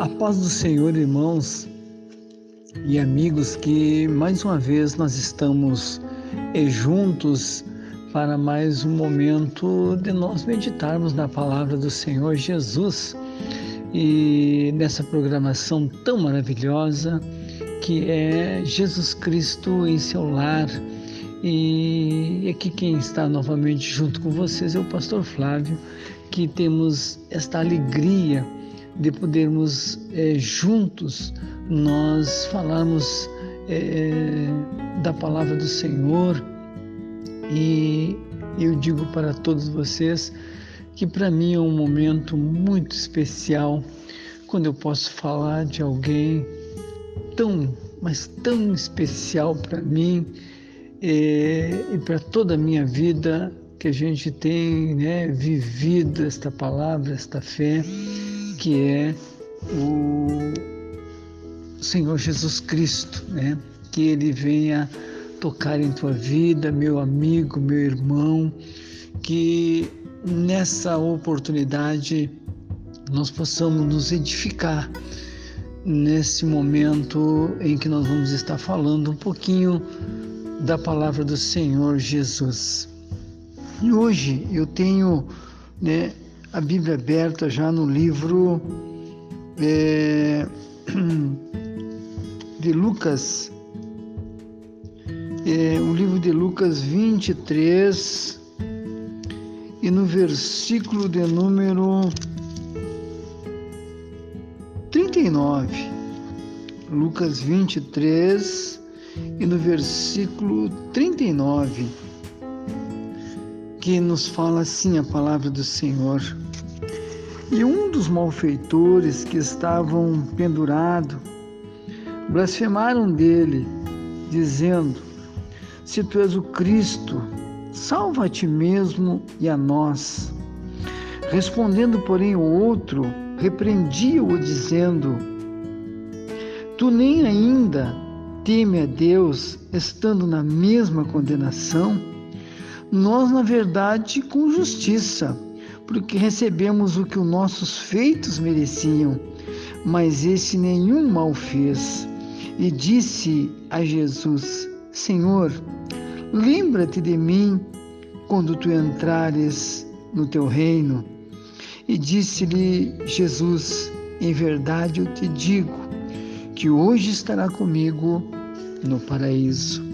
A paz do Senhor, irmãos e amigos, que mais uma vez nós estamos juntos para mais um momento de nós meditarmos na palavra do Senhor Jesus e nessa programação tão maravilhosa que é Jesus Cristo em seu lar. E aqui quem está novamente junto com vocês é o pastor Flávio, que temos esta alegria de podermos juntos nós falarmos da palavra do Senhor. E eu digo para todos vocês que para mim é um momento muito especial quando eu posso falar de alguém mas tão especial para mim e para toda a minha vida, que a gente tem vivido esta palavra, esta fé, que é o Senhor Jesus Cristo, que Ele venha tocar em tua vida, meu amigo, meu irmão, que nessa oportunidade nós possamos nos edificar nesse momento em que nós vamos estar falando um pouquinho da palavra do Senhor Jesus. E hoje eu tenho a Bíblia aberta já no livro de Lucas, o livro de Lucas 23, e no versículo de número 39. Lucas 23 e no versículo 39, que nos fala assim a palavra do Senhor: E um dos malfeitores que estavam pendurados blasfemaram dele, dizendo: Se tu és o Cristo, salva a ti mesmo e a nós. Respondendo, porém, o outro repreendia-o, dizendo: Tu nem ainda teme a Deus, estando na mesma condenação? Nós, na verdade, com justiça, porque recebemos o que os nossos feitos mereciam, mas esse nenhum mal fez. E disse a Jesus: Senhor, lembra-te de mim quando tu entrares no teu reino. E disse-lhe Jesus: Em verdade eu te digo que hoje estará comigo no paraíso.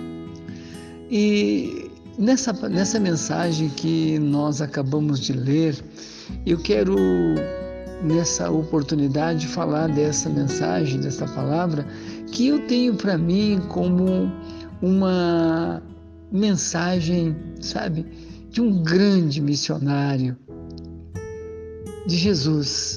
E nessa mensagem que nós acabamos de ler, eu quero, nessa oportunidade, falar dessa mensagem, dessa palavra, que eu tenho para mim como uma mensagem, de um grande missionário, de Jesus,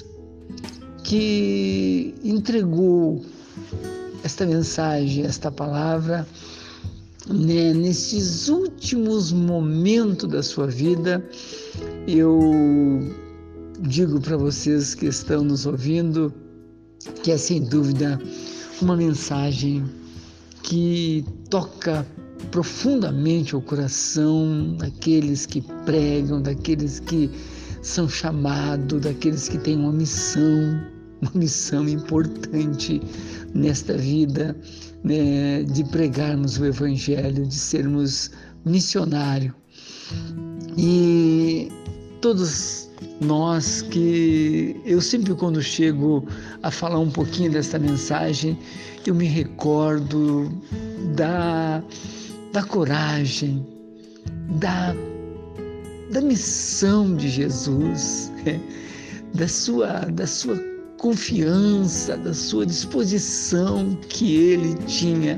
que entregou esta mensagem, esta palavra, nesses últimos momentos da sua vida. Eu digo para vocês que estão nos ouvindo que é sem dúvida uma mensagem que toca profundamente o coração daqueles que pregam, daqueles que são chamados, daqueles que têm uma missão importante nesta vida, de pregarmos o Evangelho, de sermos missionários. E todos nós que eu sempre, quando chego a falar um pouquinho desta mensagem, eu me recordo da coragem, da missão de Jesus, da sua confiança, da sua disposição que ele tinha.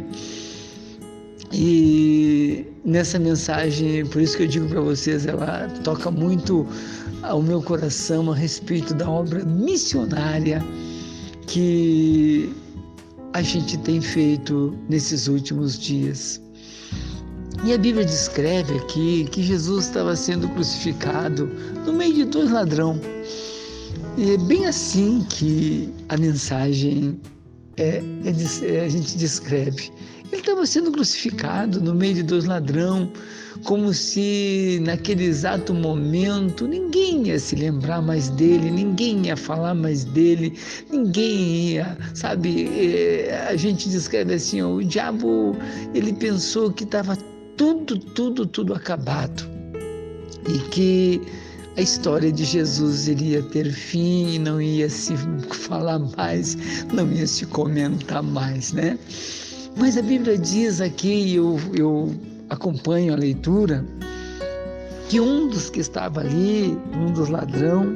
E nessa mensagem, por isso que eu digo para vocês, ela toca muito ao meu coração a respeito da obra missionária que a gente tem feito nesses últimos dias. E a Bíblia descreve aqui que Jesus estava sendo crucificado no meio de dois ladrões. E é bem assim que a mensagem a gente descreve. Ele estava sendo crucificado no meio de dois ladrões, como se naquele exato momento ninguém ia se lembrar mais dele, ninguém ia falar mais dele, ninguém ia, sabe, a gente descreve assim, ó, o diabo, ele pensou que estava tudo acabado e que a história de Jesus iria ter fim e não ia se falar mais, não ia se comentar mais, né? Mas a Bíblia diz aqui, eu acompanho a leitura, que um dos que estava ali, um dos ladrões,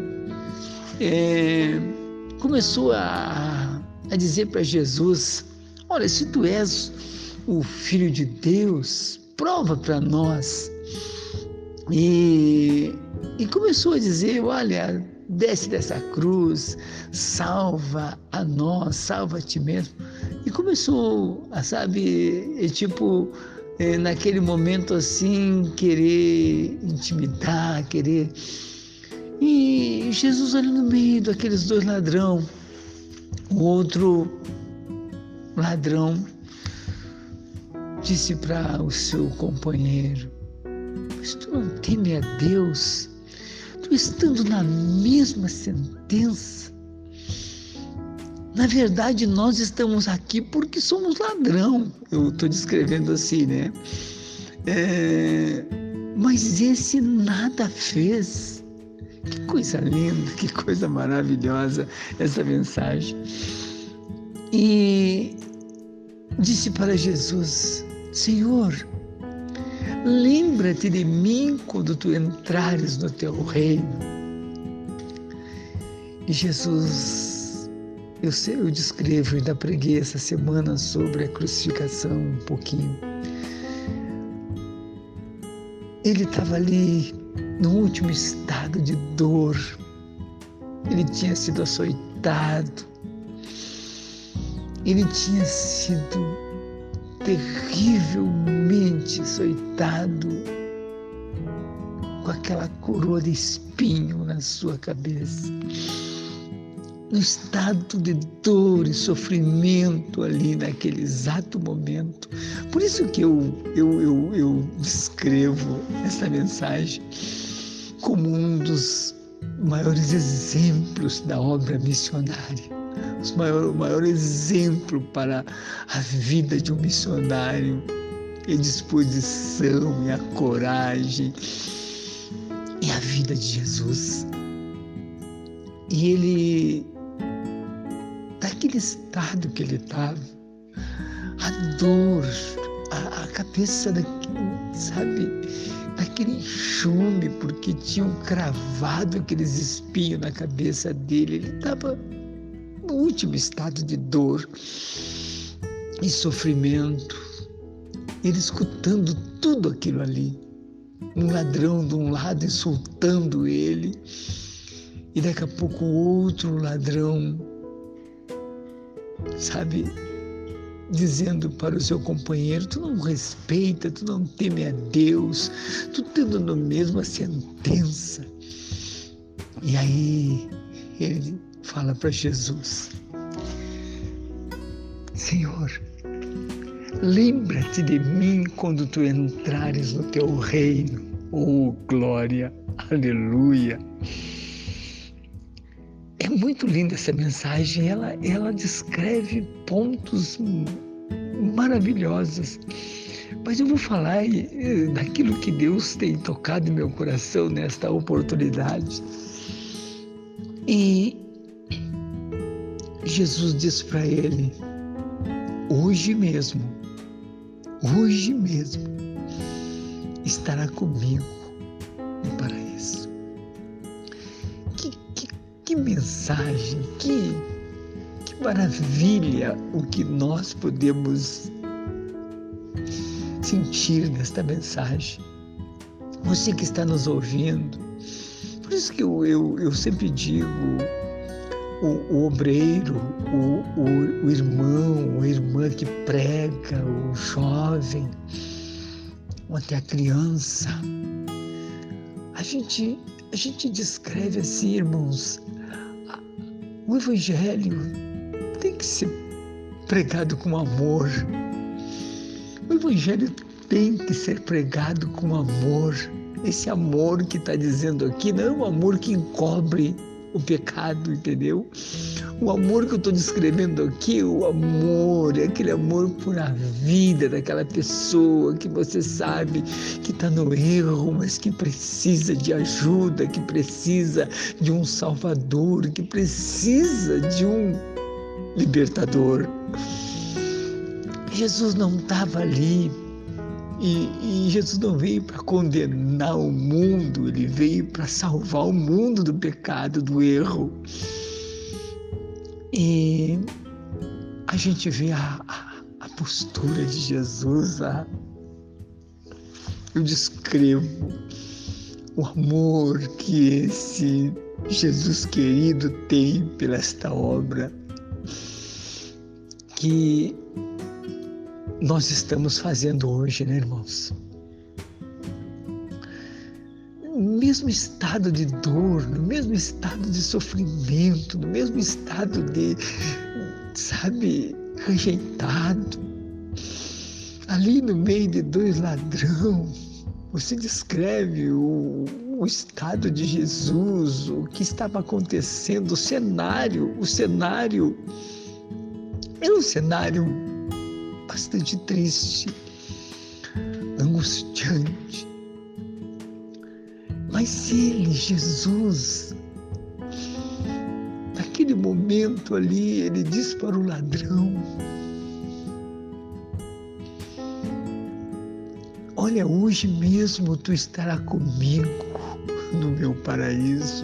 começou a dizer para Jesus: olha, se tu és o Filho de Deus, prova para nós. E começou a dizer: olha, desce dessa cruz, salva a nós, salva a ti mesmo. E começou a, sabe, naquele momento assim, querer intimidar, querer. E Jesus ali no meio daqueles dois ladrões, o outro ladrão disse para o seu companheiro: mas tu não teme a Deus, tu estando na mesma sentença. Na verdade, nós estamos aqui porque somos ladrão. Eu estou descrevendo assim, né? Mas esse nada fez. Que coisa linda, que coisa maravilhosa essa mensagem. E disse para Jesus: Senhor, lembra-te de mim quando tu entrares no teu reino. E Jesus, eu descrevo, ainda preguei essa semana sobre a crucificação um pouquinho. Ele estava ali no último estado de dor. Ele tinha sido açoitado. Ele tinha sido terrivelmente açoitado, com aquela coroa de espinho na sua cabeça, no estado de dor e sofrimento ali naquele exato momento. Por isso que eu descrevo essa mensagem como um dos maiores exemplos da obra missionária. O maior exemplo para a vida de um missionário é a disposição e a coragem e a vida de Jesus. E ele, daquele estado que ele estava, a dor, a cabeça daquele enxume, porque tinham cravado aqueles espinhos na cabeça dele, ele estava no último estado de dor e sofrimento, ele escutando tudo aquilo ali, um ladrão de um lado insultando ele, e daqui a pouco outro ladrão, dizendo para o seu companheiro: tu não respeita, tu não teme a Deus, tu tendo na mesma sentença. E aí ele fala para Jesus: Senhor, lembra-te de mim quando tu entrares no teu reino. Oh, glória, aleluia. É muito linda essa mensagem, ela descreve pontos maravilhosos. Mas eu vou falar daquilo que Deus tem tocado em meu coração nesta oportunidade. E Jesus diz para ele: hoje mesmo, estará comigo no paraíso. Que mensagem, que maravilha o que nós podemos sentir nesta mensagem. Você que está nos ouvindo, por isso que eu sempre digo, o obreiro, o irmão, a irmã que prega, o jovem, ou até a criança, a gente descreve assim, irmãos, o Evangelho tem que ser pregado com amor, evangelho tem que ser pregado com amor. Esse amor que está dizendo aqui não é um amor que encobre o pecado, entendeu? O amor que eu estou descrevendo aqui, o amor, é aquele amor por a vida daquela pessoa que você sabe que está no erro, mas que precisa de ajuda, que precisa de um salvador, que precisa de um libertador. Jesus não estava ali e Jesus não veio para condenar o mundo, ele veio para salvar o mundo do pecado, do erro. E a gente vê a postura de Jesus, eu descrevo o amor que esse Jesus querido tem pela esta obra que nós estamos fazendo hoje, né, irmãos? No mesmo estado de dor, no mesmo estado de sofrimento, no mesmo estado de, rejeitado, ali no meio de dois ladrões, você descreve o estado de Jesus, o que estava acontecendo, o cenário era um cenário bastante triste, angustiante. Mas ele, Jesus, naquele momento ali, ele diz para o ladrão: olha, hoje mesmo tu estarás comigo no meu paraíso.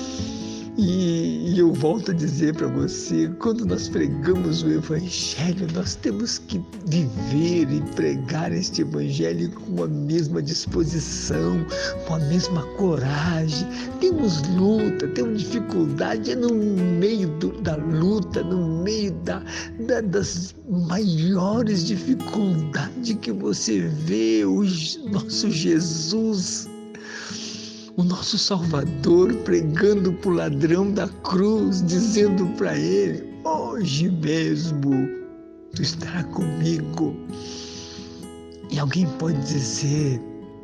E eu volto a dizer para você, quando nós pregamos o Evangelho, nós temos que viver e pregar este Evangelho com a mesma disposição, com a mesma coragem. Temos luta, temos dificuldade, é no meio da luta, no meio das maiores dificuldades que você vê o nosso Jesus, o nosso Salvador, pregando para o ladrão da cruz, dizendo para ele: hoje mesmo tu estarás comigo. E alguém pode dizer,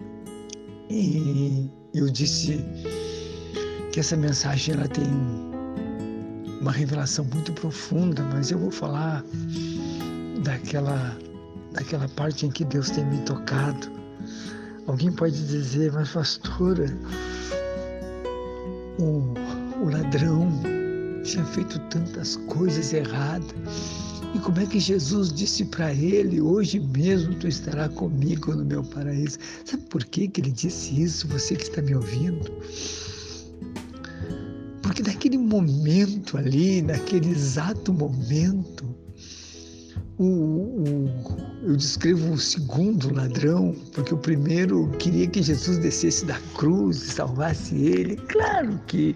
e eu disse que essa mensagem ela tem uma revelação muito profunda, mas eu vou falar daquela parte em que Deus tem me tocado. Alguém pode dizer: mas pastora, o ladrão tinha feito tantas coisas erradas, e como é que Jesus disse para ele: hoje mesmo tu estarás comigo no meu paraíso? Sabe por que ele disse isso, você que está me ouvindo? Porque naquele momento ali, naquele exato momento, eu descrevo o segundo ladrão, porque o primeiro queria que Jesus descesse da cruz e salvasse ele. Claro que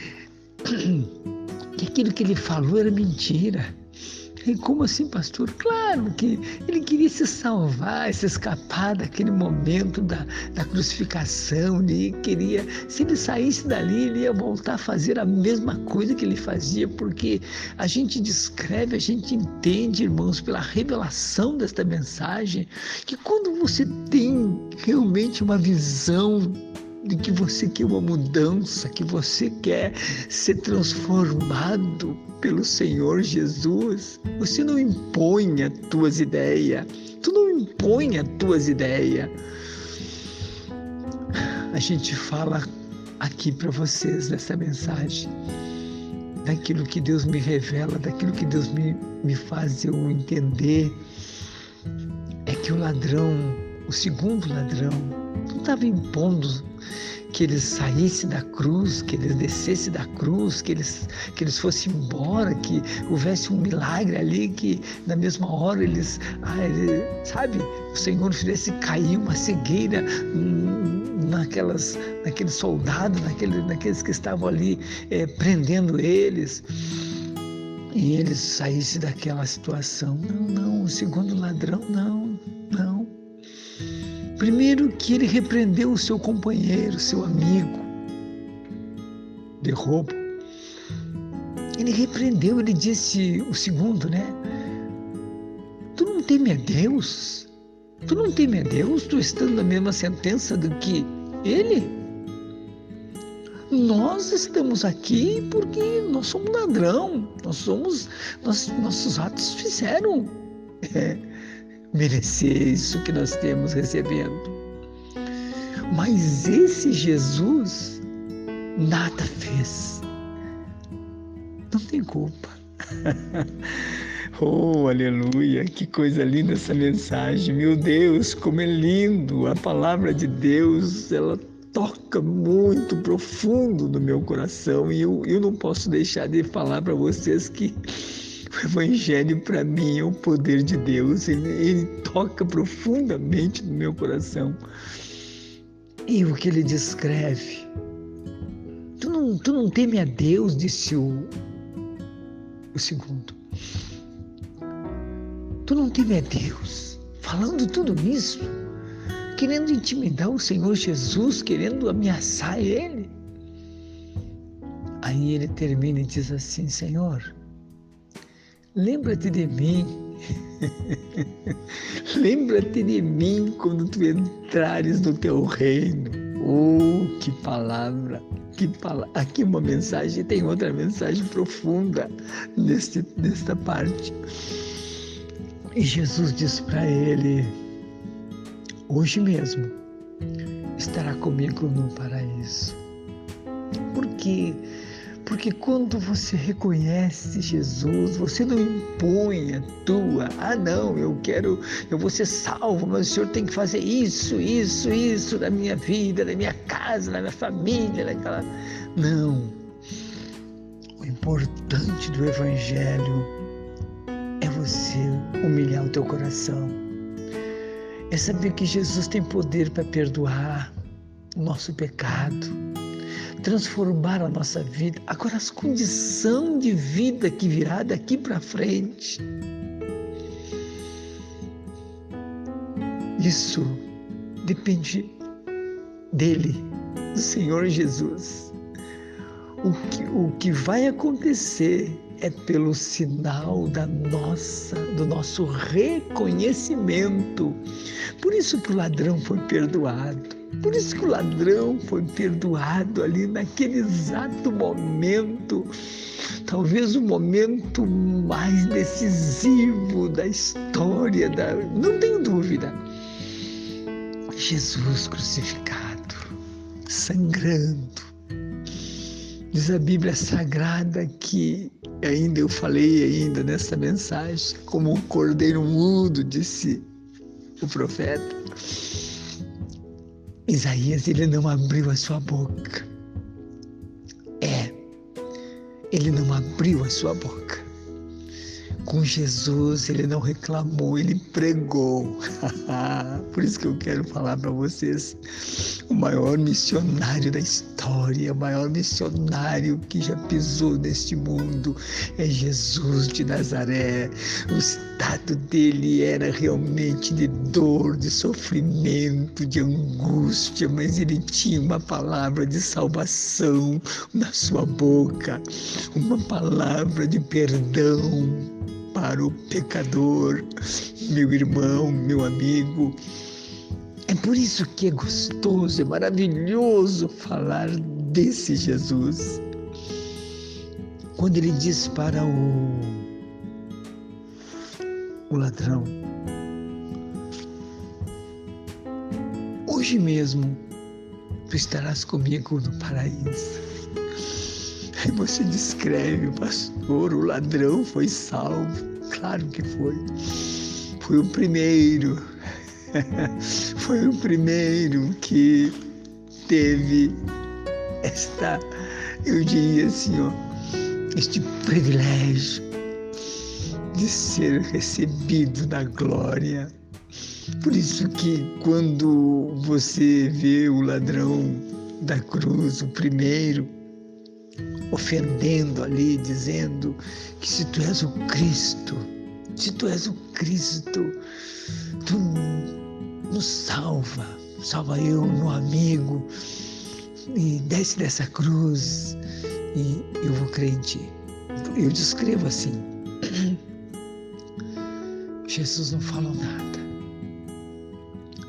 aquilo que ele falou era mentira. E como assim, pastor? Claro que ele queria se salvar, se escapar daquele momento da crucificação. Ele queria, se ele saísse dali, ele ia voltar a fazer a mesma coisa que ele fazia, porque a gente descreve, a gente entende, irmãos, pela revelação desta mensagem, que quando você tem realmente uma visão de que você quer uma mudança, que você quer ser transformado pelo Senhor Jesus, você não impõe as tuas ideias, tu não impõe as tuas ideias. A gente fala aqui para vocês nessa mensagem, daquilo que Deus me revela, daquilo que Deus me faz eu entender, é que o ladrão, o segundo ladrão, não estava impondo que eles saíssem da cruz, que eles descessem da cruz, que eles fossem embora, que houvesse um milagre ali, que na mesma hora o Senhor fizesse cair uma cegueira naqueles soldados, naqueles que estavam ali prendendo eles, e eles saíssem daquela situação. Não, o segundo ladrão, não. Primeiro que ele repreendeu o seu companheiro, seu amigo de roubo. Ele repreendeu, ele disse, o segundo, né? Tu não teme a Deus? Tu não teme a Deus, tu estando na mesma sentença do que Ele? Nós estamos aqui porque nós somos ladrão, nossos atos fizeram merecer isso que nós temos recebendo. Mas esse Jesus nada fez, não tem culpa. Oh, aleluia, que coisa linda essa mensagem, meu Deus, como é lindo, a palavra de Deus, ela toca muito profundo no meu coração e eu não posso deixar de falar para vocês que o Evangelho para mim é o poder de Deus, ele toca profundamente no meu coração. E o que ele descreve, tu não teme a Deus, disse o segundo. Tu não teme a Deus, falando tudo isso, querendo intimidar o Senhor Jesus, querendo ameaçar Ele. Aí ele termina e diz assim: Senhor, lembra-te de mim, lembra-te de mim quando tu entrares no teu reino. Oh, que palavra, que palavra. Aqui uma mensagem, tem outra mensagem profunda nesta parte. E Jesus disse para ele: hoje mesmo estará comigo no paraíso. Por quê? Porque quando você reconhece Jesus, você não impõe a tua, não, eu vou ser salvo, mas o Senhor tem que fazer isso na minha vida, na minha casa, na minha família, naquela... Não. O importante do Evangelho é você humilhar o teu coração. É saber que Jesus tem poder para perdoar o nosso pecado, transformar a nossa vida. Agora, as condições de vida que virá daqui para frente, isso depende dele, do Senhor Jesus. O que vai acontecer é pelo sinal do nosso reconhecimento. Por isso que o ladrão foi perdoado. Por isso que o ladrão foi perdoado ali naquele exato momento, talvez o momento mais decisivo da história, não tenho dúvida. Jesus crucificado, sangrando. Diz a Bíblia Sagrada que, eu falei nessa mensagem, como um cordeiro mudo, disse o profeta. Isaías, ele não abriu a sua boca. Ele não abriu a sua boca. Com Jesus, ele não reclamou, ele pregou. Por isso que eu quero falar para vocês, o maior missionário da história, o maior missionário que já pisou neste mundo é Jesus de Nazaré. O estado dele era realmente de dor, de sofrimento, de angústia, mas ele tinha uma palavra de salvação na sua boca, uma palavra de perdão para o pecador, meu irmão, meu amigo. É por isso que é gostoso, é maravilhoso falar desse Jesus. Quando ele diz para o ladrão: hoje mesmo tu estarás comigo no paraíso. Aí você descreve, pastor, o ladrão foi salvo. Claro que foi. Foi o primeiro. Foi o primeiro que teve eu diria assim, este privilégio de ser recebido na glória. Por isso que quando você vê o ladrão da cruz, o primeiro, ofendendo ali, dizendo que se tu és o Cristo, tu nos salva eu, meu amigo, e desce dessa cruz e eu vou crer em ti. Eu descrevo assim. Jesus não falou nada.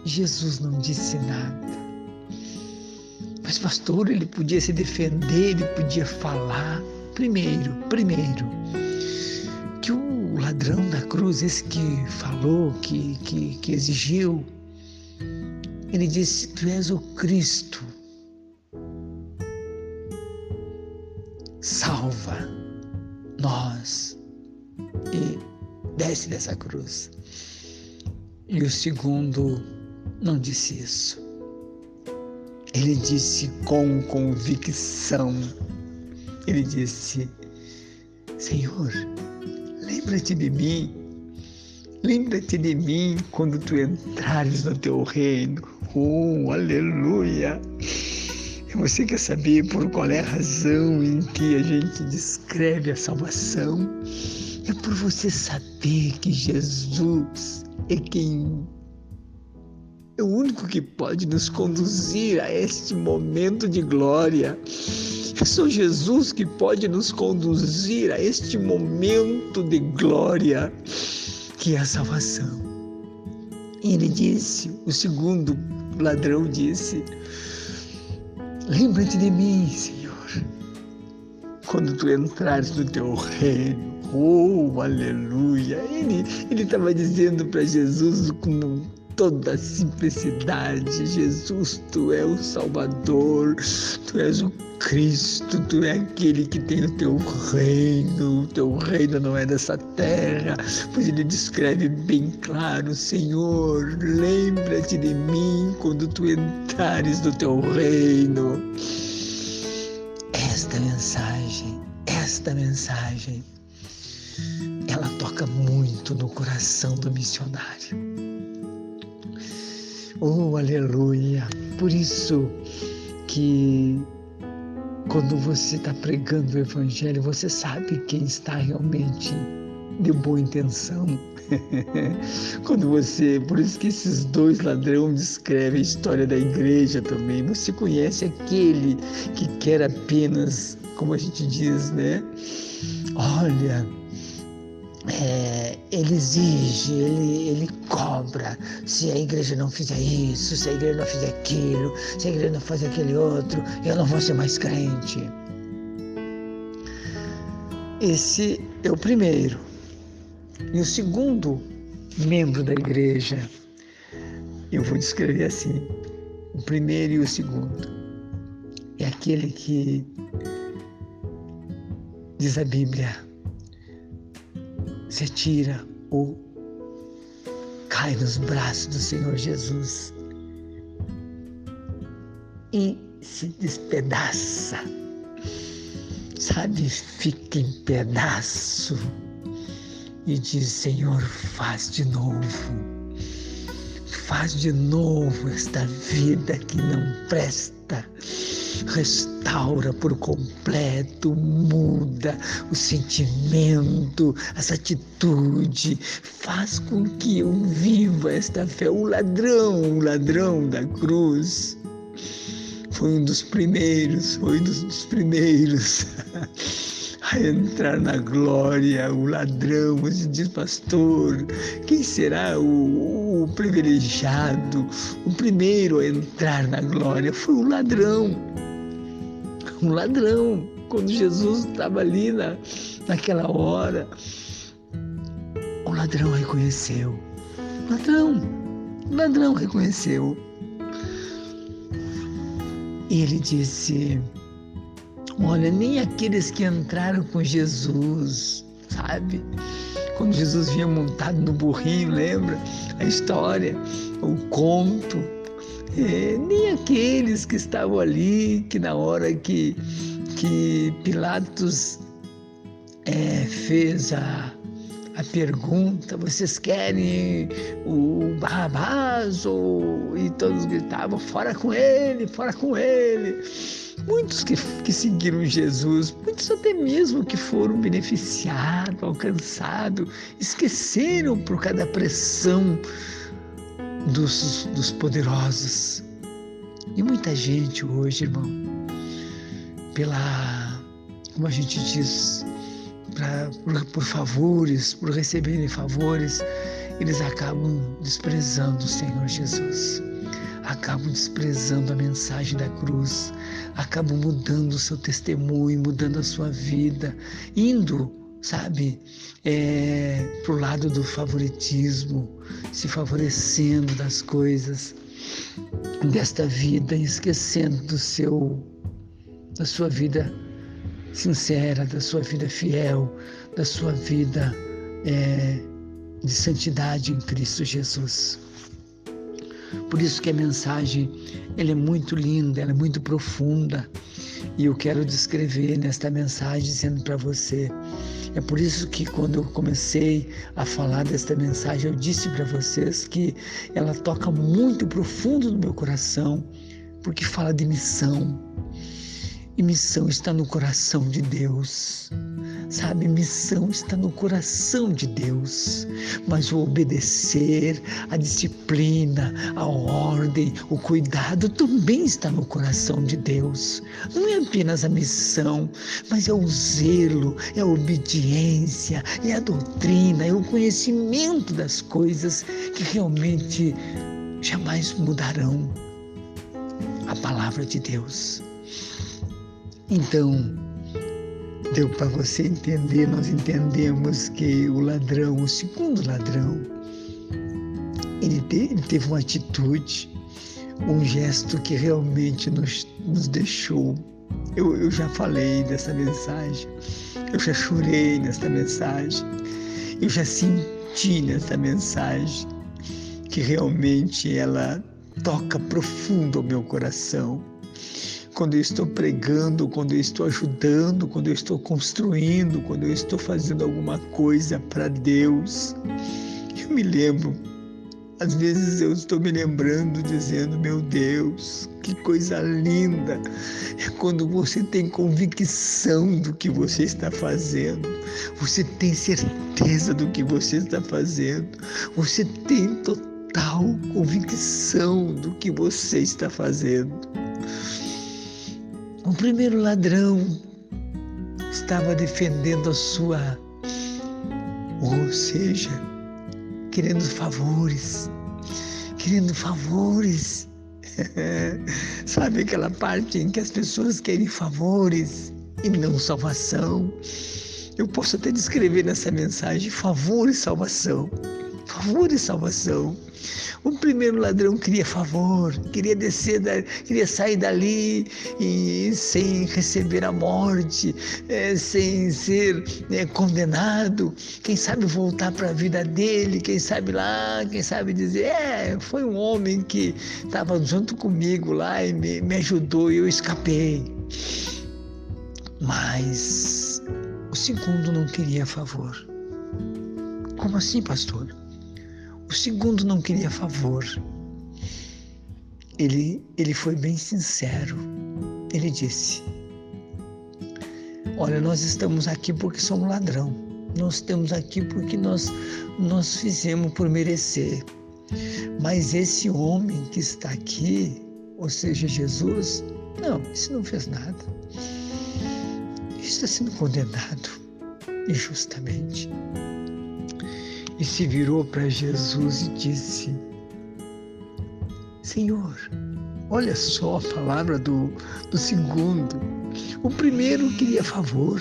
Jesus não disse nada. Mas, pastor, ele podia se defender, ele podia falar. Primeiro, que o ladrão da cruz, esse que falou, que exigiu, ele disse: tu és o Cristo, salva nós e desce dessa cruz. E o segundo não disse isso. Ele disse com convicção, ele disse: Senhor, lembra-te de mim quando tu entrares no teu reino. Oh, aleluia! E você quer saber por qual é a razão em que a gente descreve a salvação? É por você saber que Jesus é o único que pode nos conduzir a este momento de glória. É só Jesus que pode nos conduzir a este momento de glória, que é a salvação. E ele disse, o segundo ladrão disse: lembra-te de mim, Senhor, quando tu entrares no teu reino. Oh, aleluia! Ele estava dizendo para Jesus com toda a simplicidade: Jesus, tu és o Salvador, tu és o Cristo, tu és aquele que tem o teu reino não é dessa terra. Pois ele descreve bem claro: Senhor, lembra-te de mim quando tu entrares no teu reino. Esta mensagem, ela toca muito no coração do missionário. Oh, aleluia! Por isso que quando você está pregando o Evangelho, você sabe quem está realmente de boa intenção. Por isso que esses dois ladrões descrevem a história da igreja também. Você conhece aquele que quer apenas, como a gente diz, né? Olha, ele exige, ele cobra. Se a igreja não fizer isso, se a igreja não fizer aquilo, se a igreja não fazer aquele outro, eu não vou ser mais crente. Esse é o primeiro. E o segundo membro da igreja, eu vou descrever assim: o primeiro e o segundo. É aquele que, diz a Bíblia, se atira ou cai nos braços do Senhor Jesus e se despedaça, sabe? Fica em pedaço e diz: Senhor, faz de novo esta vida que não presta. Restaura por completo, muda o sentimento, essa atitude, faz com que eu viva esta fé. O ladrão da cruz foi um dos primeiros a entrar na glória. O ladrão, você diz: pastor, quem será o privilegiado, o primeiro a entrar na glória? Foi o ladrão. Quando Jesus estava ali naquela hora, o ladrão reconheceu. O ladrão reconheceu. E ele disse: olha, nem aqueles que entraram com Jesus, sabe? Quando Jesus vinha montado no burrinho, lembra a história, o conto? Nem aqueles que estavam ali, que na hora que Pilatos fez a pergunta: vocês querem o Barrabás? E todos gritavam: fora com ele, fora com ele. Muitos que seguiram Jesus, muitos até mesmo que foram beneficiados, alcançados, esqueceram por causa da pressão dos poderosos. E muita gente hoje, irmão, como a gente diz, por favores, por receberem favores, eles acabam desprezando o Senhor Jesus, acabam desprezando a mensagem da cruz, acabam mudando o seu testemunho, mudando a sua vida, indo, sabe, para o lado do favoritismo, se favorecendo das coisas desta vida, esquecendo da sua vida sincera, da sua vida fiel, da sua vida de santidade em Cristo Jesus. Por isso que a mensagem ela é muito linda, ela é muito profunda, e eu quero descrever nesta mensagem dizendo para você. É por isso que quando eu comecei a falar desta mensagem, eu disse para vocês que ela toca muito profundo no meu coração, porque fala de missão. E missão está no coração de Deus, sabe? Missão está no coração de Deus, mas o obedecer, a disciplina, a ordem, o cuidado também está no coração de Deus. Não é apenas a missão, mas é o zelo, é a obediência, é a doutrina, é o conhecimento das coisas que realmente jamais mudarão a palavra de Deus. Então, deu para você entender, nós entendemos que o ladrão, o segundo ladrão, ele teve uma atitude, um gesto que realmente nos deixou. Eu já falei dessa mensagem, eu já chorei nessa mensagem, eu já senti nessa mensagem que realmente ela toca profundo ao meu coração. Quando eu estou pregando, quando eu estou ajudando, quando eu estou construindo, quando eu estou fazendo alguma coisa para Deus, eu me lembro, às vezes eu estou me lembrando, dizendo, meu Deus, que coisa linda, é quando você tem convicção do que você está fazendo, você tem certeza do que você está fazendo, você tem total convicção do que você está fazendo. O primeiro ladrão estava defendendo a sua, ou seja, querendo favores. Sabe aquela parte em que as pessoas querem favores e não salvação? Eu posso até descrever nessa mensagem favor e salvação. Favor e salvação. O primeiro ladrão queria favor, queria sair dali sem receber a morte, sem ser condenado. Quem sabe voltar para a vida dele, quem sabe dizer, foi um homem que estava junto comigo lá e me ajudou e eu escapei. Mas o segundo não queria favor. Como assim, pastor? O segundo não queria favor. Ele foi bem sincero. Ele disse, olha, nós estamos aqui porque somos ladrão. Nós estamos aqui porque nós fizemos por merecer. Mas esse homem que está aqui, ou seja, Jesus, não, isso não fez nada. Isso está sendo condenado injustamente. E se virou para Jesus e disse, Senhor, olha só a palavra do segundo. O primeiro queria favor,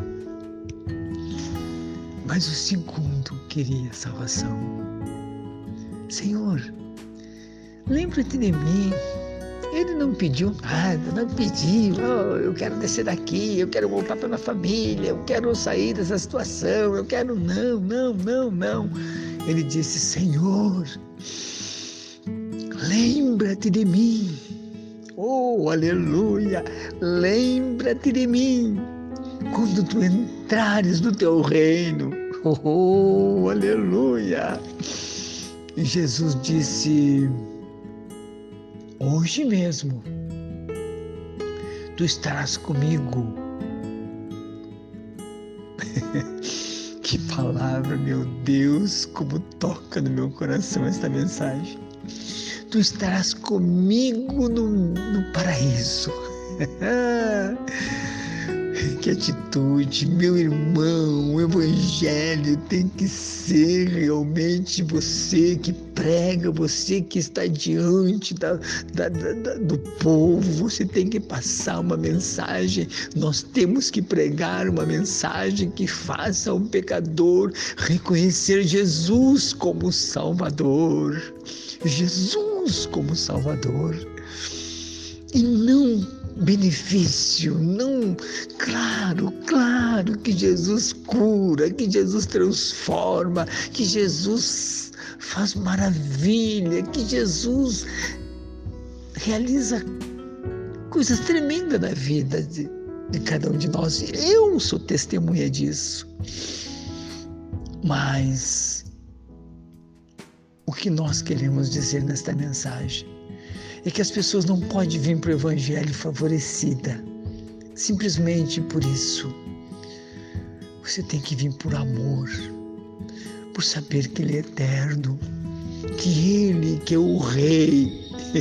mas o segundo queria salvação. Senhor, lembra-te de mim. Ele não pediu nada, não pediu, eu quero descer daqui, eu quero voltar para minha família, eu quero sair dessa situação, eu quero, não. Ele disse, Senhor, lembra-te de mim, oh, aleluia, lembra-te de mim, quando tu entrares no teu reino, oh, aleluia. E Jesus disse, hoje mesmo, tu estarás comigo. Que palavra, meu Deus, como toca no meu coração esta mensagem. Tu estarás comigo no paraíso. que atitude, meu irmão. O evangelho tem que ser realmente você que prega, você que está diante do povo. Você tem que passar uma mensagem. Nós temos que pregar uma mensagem que faça o pecador reconhecer Jesus como Salvador. Jesus como Salvador. E não benefício, não, claro que Jesus cura, que Jesus transforma, que Jesus faz maravilha, que Jesus realiza coisas tremendas na vida de cada um de nós. Eu sou testemunha disso. Mas o que nós queremos dizer nesta mensagem é que as pessoas não podem vir para o Evangelho favorecida, simplesmente por isso. Você tem que vir por amor, por saber que Ele é eterno, que Ele que é o Rei.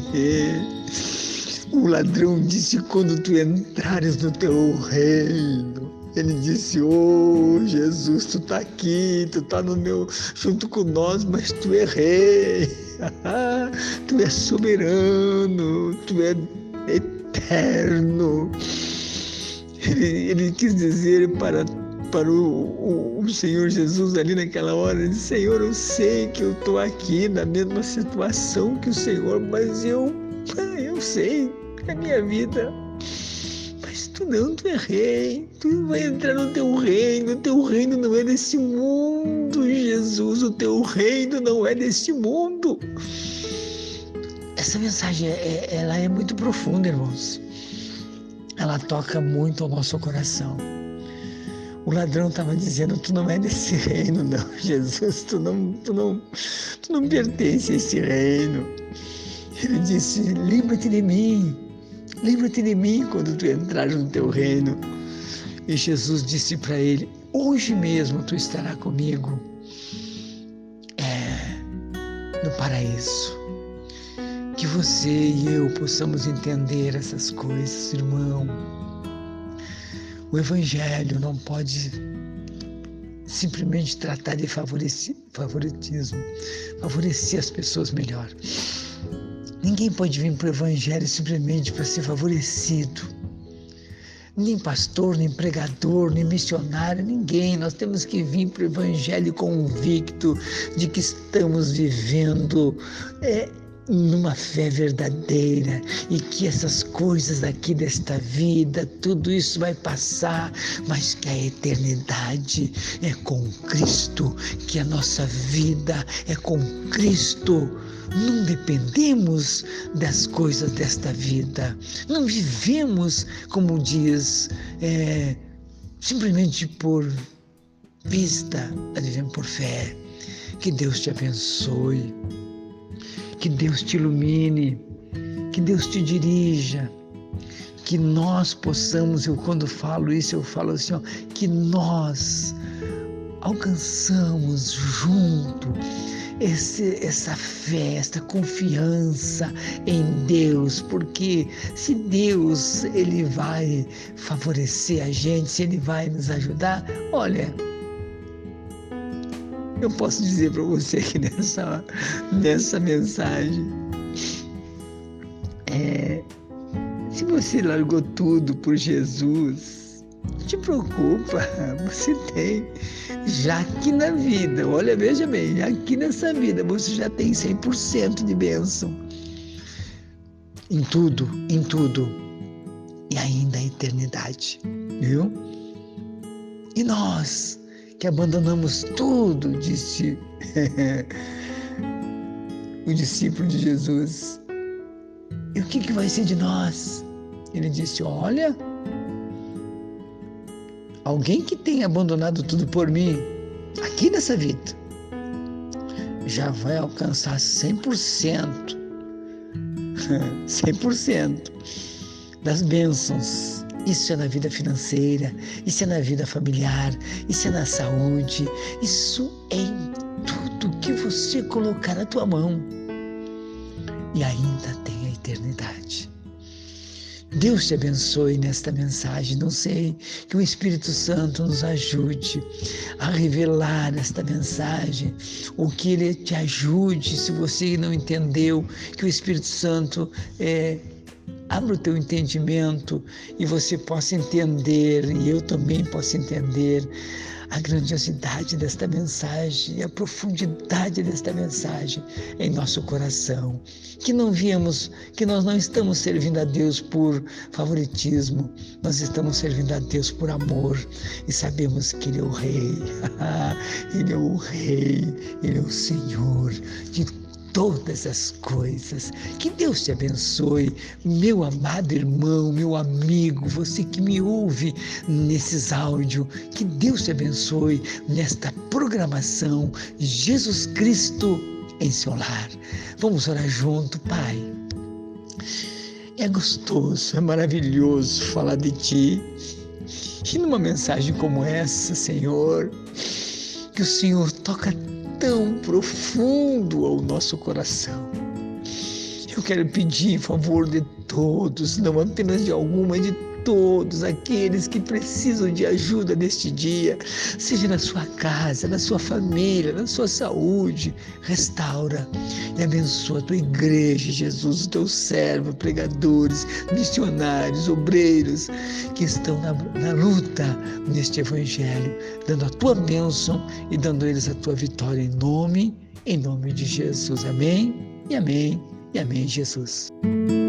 O ladrão disse: quando tu entrares no teu reino, ele disse: oh Jesus, tu tá aqui, tu tá junto com nós, mas tu é Rei. Tu é soberano, tu é eterno. Ele quis dizer para o Senhor Jesus ali naquela hora, ele disse: Senhor, eu sei que eu estou aqui na mesma situação que o Senhor, mas eu sei que a minha vida, mas tu é Rei, tu vai entrar no teu reino não é desse mundo, Jesus, o teu reino não é desse mundo. Essa mensagem, ela é muito profunda, irmãos. Ela toca muito ao nosso coração. O ladrão estava dizendo: tu não é desse reino, não, Jesus, tu não pertence a esse reino. Ele disse: lembra-te de mim quando tu entrares no teu reino. E Jesus disse para ele: hoje mesmo tu estarás comigo no paraíso. Que você e eu possamos entender essas coisas, irmão. O Evangelho não pode simplesmente tratar de favoritismo, favorecer as pessoas melhor. Ninguém pode vir para o Evangelho simplesmente para ser favorecido. Nem pastor, nem pregador, nem missionário, ninguém. Nós temos que vir para o Evangelho convicto de que estamos vivendo numa fé verdadeira e que essas coisas aqui desta vida, tudo isso vai passar, mas que a eternidade é com Cristo, que a nossa vida é com Cristo. Não dependemos das coisas desta vida, não vivemos, como diz, simplesmente por vista, nós vivemos por fé. Que Deus te abençoe, que Deus te ilumine, que Deus te dirija, que nós possamos, eu quando falo isso, eu falo assim, que nós alcançamos junto essa fé, essa confiança em Deus, porque se Deus ele vai favorecer a gente, se Ele vai nos ajudar, olha, eu posso dizer para você que nessa mensagem, se você largou tudo por Jesus, não te preocupa, você tem, já aqui na vida, olha, veja bem, aqui nessa vida você já tem 100% de bênção, em tudo, e ainda a eternidade, viu? E nós, que abandonamos tudo, disse o discípulo de Jesus. E o que vai ser de nós? Ele disse: olha, alguém que tem abandonado tudo por mim, aqui nessa vida, já vai alcançar 100%, 100% das bênçãos. Isso é na vida financeira, isso é na vida familiar, isso é na saúde, isso é em tudo que você colocar na tua mão. E ainda tem a eternidade. Deus te abençoe nesta mensagem. Não sei, que o Espírito Santo nos ajude a revelar esta mensagem, ou que Ele te ajude, se você não entendeu, que o Espírito Santo abra o teu entendimento e você possa entender, e eu também possa entender a grandiosidade desta mensagem e a profundidade desta mensagem em nosso coração. Que nós não estamos servindo a Deus por favoritismo, nós estamos servindo a Deus por amor e sabemos que Ele é o Rei, Ele é o Rei, Ele é o Senhor de todas as coisas. Que Deus te abençoe, meu amado irmão, meu amigo, você que me ouve nesses áudios. Que Deus te abençoe nesta programação Jesus Cristo em seu lar. Vamos orar junto, Pai. É gostoso, é maravilhoso falar de Ti. E numa mensagem como essa, Senhor, que o Senhor toca tão profundo ao nosso coração. Eu quero pedir em favor de todos, não apenas de alguma, de todos aqueles que precisam de ajuda neste dia, seja na sua casa, na sua família, na sua saúde. Restaura e abençoa a tua igreja, Jesus, os teus servos, pregadores, missionários, obreiros que estão na luta neste evangelho, dando a tua bênção e dando a eles a tua vitória em nome de Jesus. Amém e amém e amém, Jesus.